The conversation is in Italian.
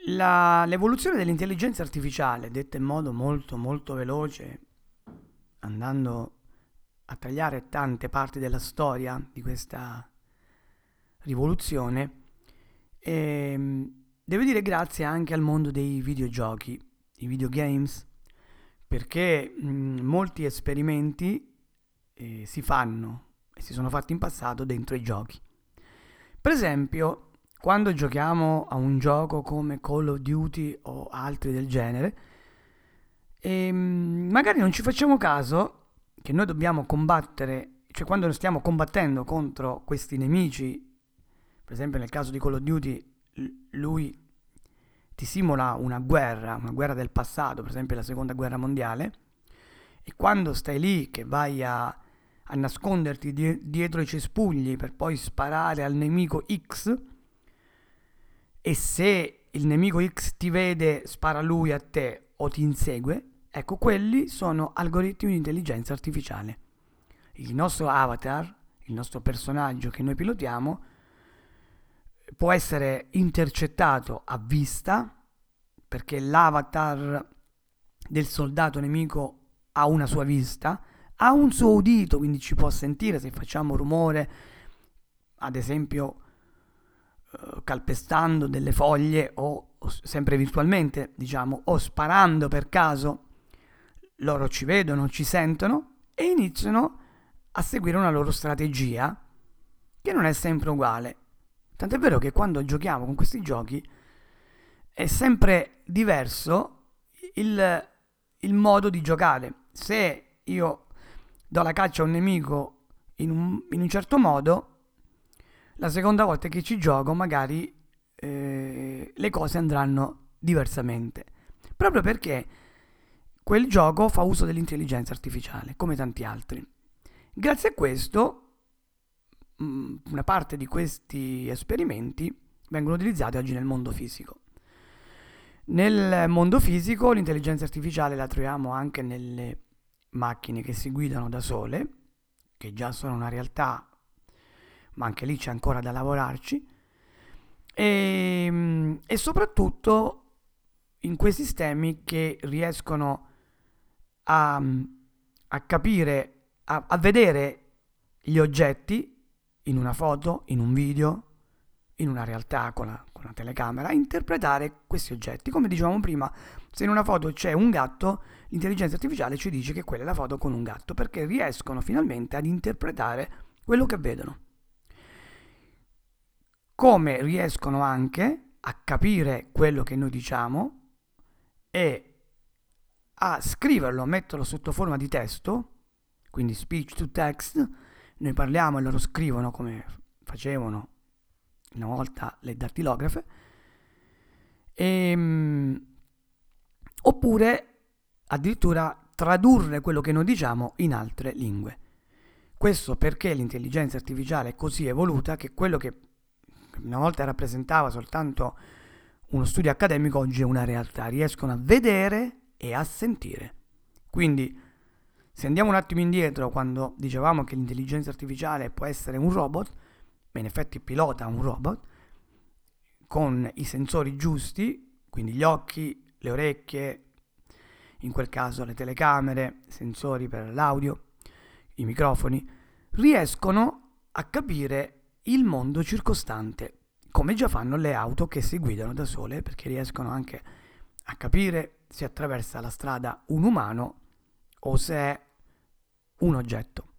L'evoluzione dell'intelligenza artificiale, detta in modo molto molto veloce, andando a tagliare tante parti della storia di questa rivoluzione, devo dire grazie anche al mondo dei videogiochi, i videogames, perché molti esperimenti si fanno e si sono fatti in passato dentro i giochi. Per esempio, quando giochiamo a un gioco come Call of Duty o altri del genere, magari non ci facciamo caso che noi dobbiamo combattere, cioè quando stiamo combattendo contro questi nemici, per esempio nel caso di Call of Duty, lui ti simula una guerra del passato, per esempio la seconda guerra mondiale, e quando stai lì che vai a nasconderti dietro i cespugli per poi sparare al nemico X, e se il nemico X ti vede, spara lui a te o ti insegue, ecco, quelli sono algoritmi di intelligenza artificiale. Il nostro avatar, il nostro personaggio che noi pilotiamo, può essere intercettato a vista, perché l'avatar del soldato nemico ha una sua vista, ha un suo udito, quindi ci può sentire se facciamo rumore, ad esempio calpestando delle foglie o sempre virtualmente, diciamo, o sparando per caso. Loro ci vedono, ci sentono e iniziano a seguire una loro strategia che non è sempre uguale. Tant'è vero che quando giochiamo con questi giochi è sempre diverso il modo di giocare. Se io do la caccia a un nemico in un certo modo, la seconda volta che ci gioco magari le cose andranno diversamente. Proprio perché quel gioco fa uso dell'intelligenza artificiale, come tanti altri. Grazie a questo, una parte di questi esperimenti vengono utilizzati oggi nel mondo fisico. Nel mondo fisico l'intelligenza artificiale la troviamo anche nelle macchine che si guidano da sole, che già sono una realtà, ma anche lì c'è ancora da lavorarci, e soprattutto in quei sistemi che riescono a capire, a vedere gli oggetti in una foto, in un video, in una realtà con la telecamera, interpretare questi oggetti. Come dicevamo prima, se in una foto c'è un gatto, l'intelligenza artificiale ci dice che quella è la foto con un gatto, perché riescono finalmente ad interpretare quello che vedono. Come riescono anche a capire quello che noi diciamo e a scriverlo, a metterlo sotto forma di testo, quindi speech to text, noi parliamo e loro scrivono come facevano una volta le dattilografe, oppure addirittura tradurre quello che noi diciamo in altre lingue. Questo perché l'intelligenza artificiale è così evoluta che quello che una volta rappresentava soltanto uno studio accademico oggi è una realtà, riescono a vedere e a sentire. Quindi, se andiamo un attimo indietro, quando dicevamo che l'intelligenza artificiale può essere un robot, ma in effetti pilota un robot, con i sensori giusti, quindi gli occhi, le orecchie, in quel caso le telecamere, sensori per l'audio, i microfoni, riescono a capire il mondo circostante, come già fanno le auto che si guidano da sole, perché riescono anche a capire se attraversa la strada un umano o se è un oggetto.